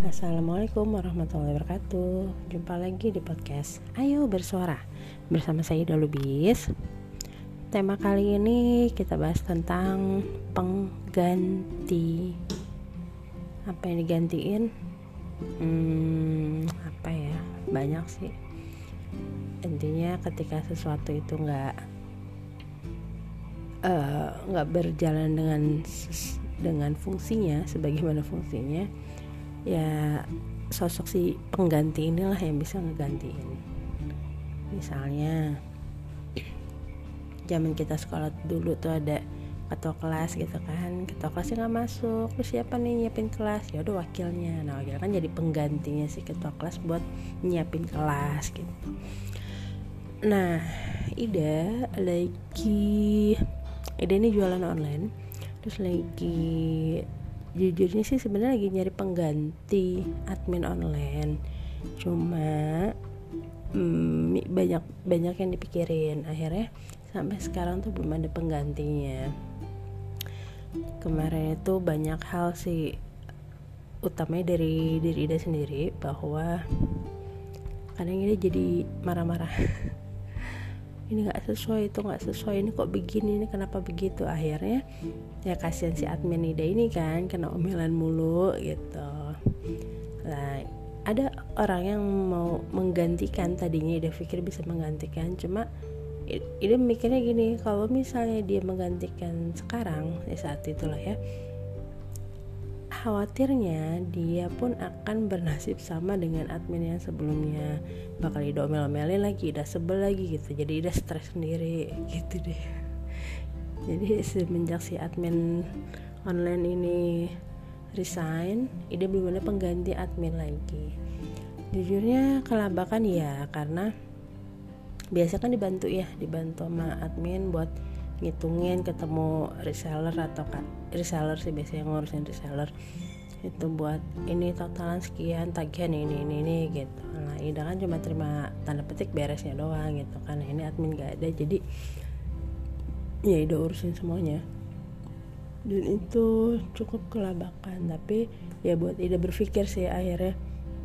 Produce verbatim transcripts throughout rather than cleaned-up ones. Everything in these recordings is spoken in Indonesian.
Assalamualaikum warahmatullahi wabarakatuh. Jumpa lagi di podcast Ayo Bersuara bersama saya Ida Lubis. Tema kali ini kita bahas tentang pengganti. Apa yang digantiin? Hmm, apa ya? Banyak sih. Intinya ketika sesuatu itu nggak uh, nggak berjalan dengan dengan fungsinya, sebagaimana fungsinya, ya sosok si pengganti inilah yang bisa ngegantiin. Misalnya zaman kita sekolah dulu tuh ada ketua kelas gitu kan, ketua kelasnya nggak masuk, terus siapa nih nyiapin kelas? Ya udah wakilnya. Nah wakil kan jadi penggantinya si ketua kelas buat nyiapin kelas gitu. Nah Ida lagi Ida ini jualan online, terus lagi jujurnya sih sebenarnya lagi nyari pengganti admin online, cuma hmm, banyak banyak yang dipikirin. Akhirnya sampai sekarang tuh belum ada penggantinya. Kemarin itu banyak hal sih, utamanya dari diri Ida sendiri, bahwa kadang Ida jadi marah-marah. Ini nggak sesuai, itu nggak sesuai, ini kok begini, ini kenapa begitu. Akhirnya ya kasihan si admin Ida ini kan, kena omelan mulu gitu. Nah ada orang yang mau menggantikan, tadinya Ida pikir bisa menggantikan, cuma Ida mikirnya gini, kalau misalnya dia menggantikan sekarang di saat itulah ya, khawatirnya dia pun akan bernasib sama dengan admin yang sebelumnya, bakal Ida omel-omelin lagi, Ida sebel lagi gitu, jadi Ida stres sendiri gitu deh. Jadi semenjak si admin online ini resign, Ida belum ada pengganti admin lagi. Jujurnya kelabakan ya, karena biasa kan dibantu ya, dibantu sama admin buat ngitungin ketemu reseller atau kan reseller sih biasanya ngurusin reseller itu, buat ini totalan sekian, tagihan ini ini ini gitu. Nah Ida kan cuma terima tanda petik beresnya doang gitu kan. Nah, ini admin gak ada, jadi ya Ida urusin semuanya, dan itu cukup kelabakan. Tapi ya buat Ida berpikir sih akhirnya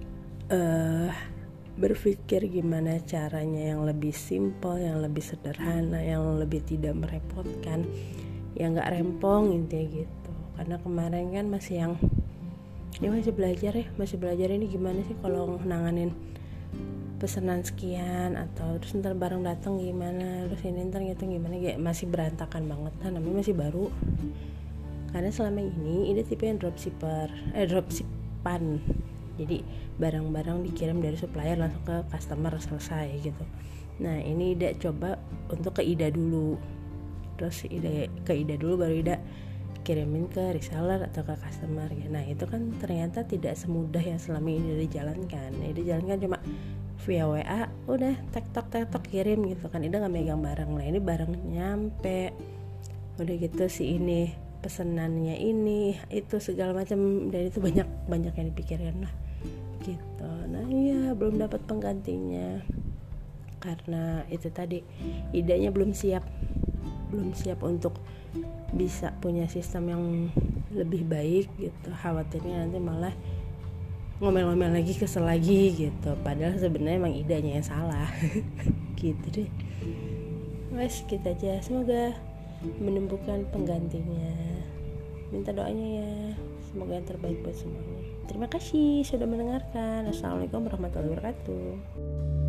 uh, berpikir gimana caranya yang lebih simpel, yang lebih sederhana, yang lebih tidak merepotkan, yang gak rempong intinya gitu. Karena kemarin kan masih yang ya masih belajar ya, masih belajar ini gimana sih kalau nanganin pesanan sekian, atau terus ntar barang datang gimana, terus ini ntar ngitung gimana, kayak masih berantakan banget. Nah namanya masih baru, karena selama ini Ida tipe yang dropshipper, eh dropshipan. Jadi barang-barang dikirim dari supplier langsung ke customer, selesai gitu. Nah ini Ida coba untuk ke Ida dulu, terus Ida ke Ida dulu baru Ida kirimin ke reseller atau ke customer ya. Nah itu kan ternyata tidak semudah yang selama ini Ida jalankan. Ida jalankan cuma via W A, udah tek tok tek tok kirim gitu kan. Ida nggak megang barang. Nah ini barang nyampe, udah gitu si ini pesenannya ini itu segala macam, dan itu banyak banyak yang dipikirkan lah gitu. Nah iya belum dapat penggantinya karena itu tadi, idenya belum siap belum siap untuk bisa punya sistem yang lebih baik gitu. Khawatirnya nanti malah ngomel-ngomel lagi, kesel lagi gitu, padahal sebenarnya emang idenya yang salah. Gitu deh. Wes kita aja, semoga menemukan penggantinya. Minta doanya ya, semoga yang terbaik buat semuanya. Terima kasih sudah mendengarkan. Assalamualaikum warahmatullahi wabarakatuh.